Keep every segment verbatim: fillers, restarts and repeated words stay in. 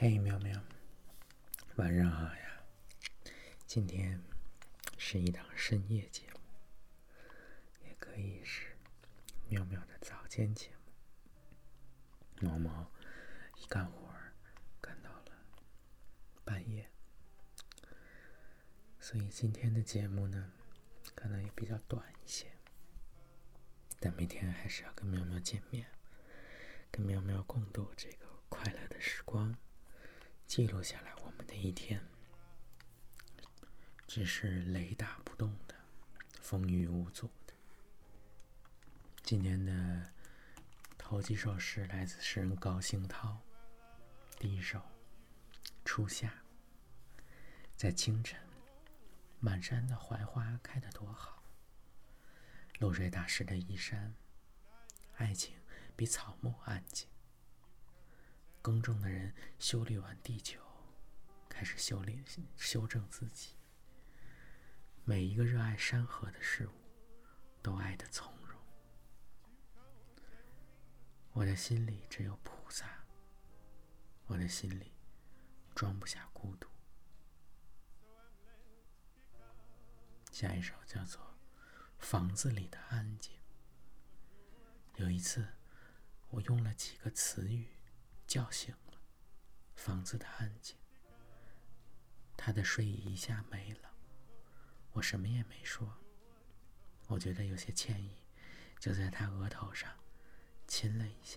嘿，喵喵，晚上好呀！今天是一档深夜节目，也可以是喵喵的早间节目。毛毛一干活干到了半夜，所以今天的节目呢，可能也比较短一些。但每天还是要跟喵喵见面，跟喵喵共度这个快乐的时光，记录下来我们的一天。只是雷打不动的，风雨无阻的。今天的头几首诗来自诗人高兴涛。第一首，初夏。在清晨，满山的槐花开得多好。漏水打湿的衣衫，爱情比草木安静。耕种的人修理完地球，开始修理修正自己。每一个热爱山河的事物，都爱得从容。我的心里只有菩萨，我的心里装不下孤独。下一首叫做《房子里的安静》。有一次，我用了几个词语叫醒了房子的安静。他的睡意一下没了，我什么也没说。我觉得有些歉意，就在他额头上亲了一下。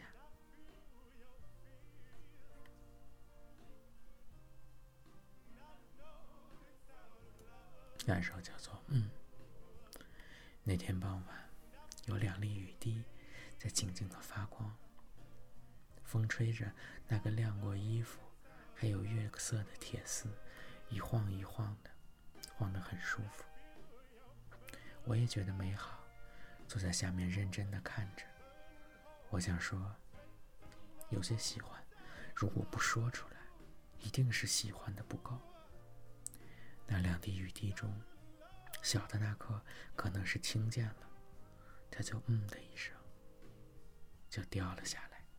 下一首叫做嗯。那天傍晚，有两粒雨滴在静静地发光，风吹着那个晾过衣服还有月色的铁丝，一晃一晃的，晃得很舒服。我也觉得美好，坐在下面认真地看着。我想说，有些喜欢，如果不说出来，一定是喜欢的不够。那两滴雨滴中，小的那颗可能是听见了，它就嗯的一声，就掉了下来。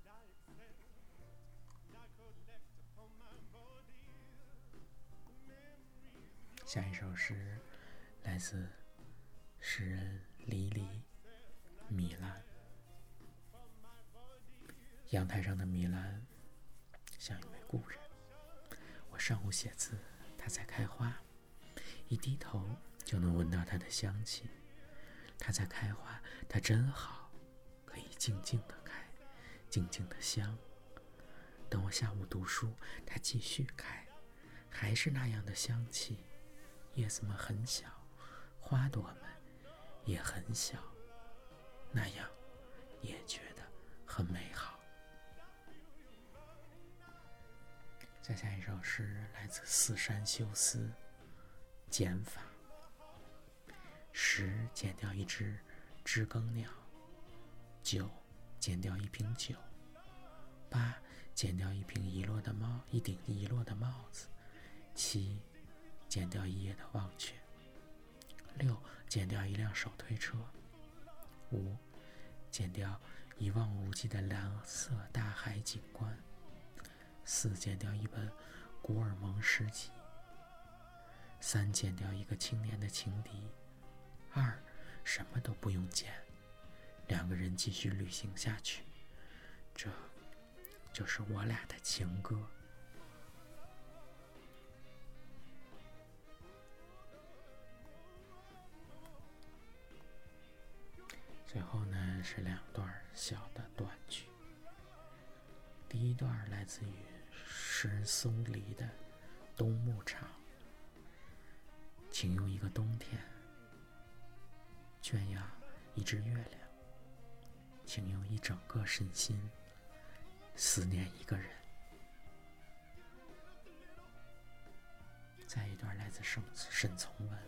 下一首诗来自诗人李李米兰。阳台上的米兰像一位故人。我上午写字，它在开花，一低头就能闻到它的香气。它在开花，它真好，可以静静地开，静静地香。等我下午读书，它继续开，还是那样的香气。叶子们很小，花朵们也很小，那样也觉得很美好。再下一首诗来自四山修斯。减法。十，减掉一只知更鸟。九，减掉一瓶酒。八，减掉一瓶遗落的帽，一顶遗落的帽子。七，减掉一夜的忘却。六，减掉一辆手推车。五，减掉一望无际的蓝色大海景观。四，减掉一本古尔蒙诗集。三，减掉一个青年的情敌。二，什么都不用减，两个人继续旅行下去，这就是我俩的情歌。最后呢，是两段小的短句。第一段来自于诗人松离的《冬牧场》。请用一个冬天圈养一只月亮，请用一整个身心思念一个人。再一段来自沈沈从文。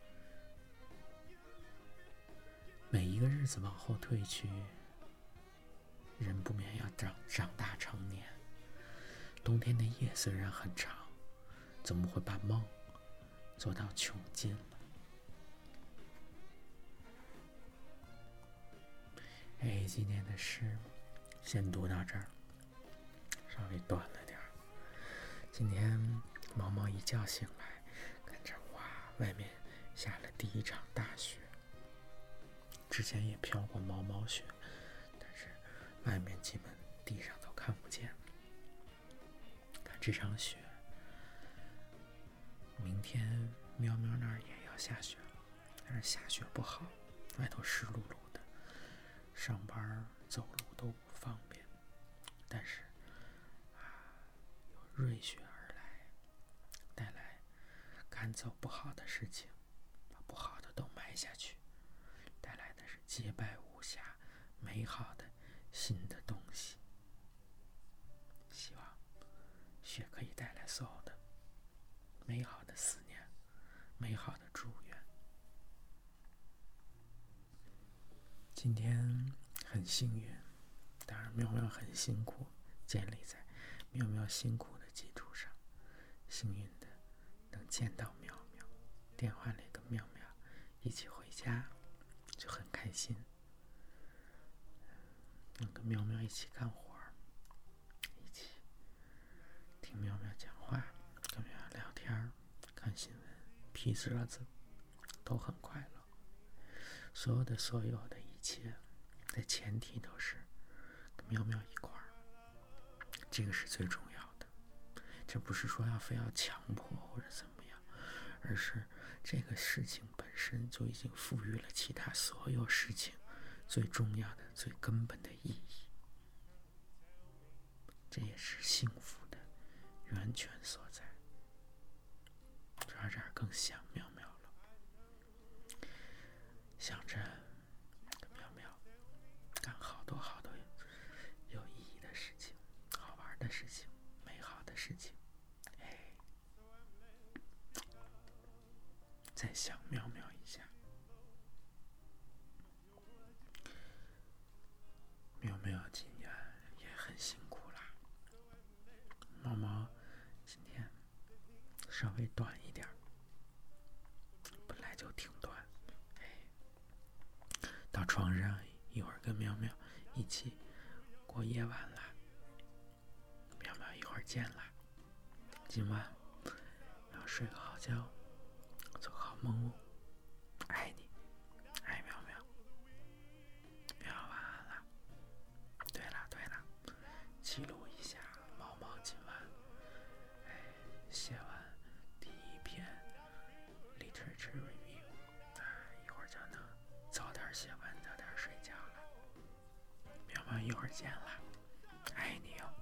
每一个日子往后退去，人不免要长长大成年。冬天的夜虽然很长，怎么会把梦做到穷尽了？哎，今天的诗先读到这儿，稍微短了点儿， 今天毛毛一觉醒来，看着哇，外面下了第一场大雪。之前也飘过毛毛雪，但是外面基本地上都看不见。看这场雪，明天喵喵那儿也要下雪了，但是下雪不好，外头湿漉漉的，上班走路都不方便。但是啊，有瑞雪而来，带来赶走不好的事情，把不好的都埋下去，带来的是洁白无瑕、美好的新的东西。希望雪可以带来所有的美好的思念，美好的祝愿。今天很幸运，当然喵喵很辛苦，建立在喵喵辛苦的基础上，幸运的能见到喵喵，电话里跟喵喵一起回家，就很开心。能跟喵喵一起干活，一起听喵喵讲话，跟喵喵聊天，看新闻、批折子，都很快乐。所有的所有的一切的前提都是跟喵喵一块儿，这个是最重要的。这不是说要非要强迫或者怎么样，而是这个事情本身就已经赋予了其他所有事情最重要的、最根本的意义。这也是幸福的源泉所在。这儿这儿更想喵喵了，想着跟喵喵干好多好多有意义的事情、好玩的事情、美好的事情。哎，再想喵喵一下。喵喵今天也很辛苦啦，毛毛今天稍微短一点，本来就挺短。哎，到床上一会儿跟喵喵一起过夜晚啦，喵喵一会儿见啦。今晚要睡个好觉，做个好梦哦。爱你，爱喵喵，喵晚安啦。对了对了，记录一下毛毛今晚哎写完第一篇 literature review，啊，一会儿就能早点写完，早点睡觉了。喵喵一会儿见了，爱你哦。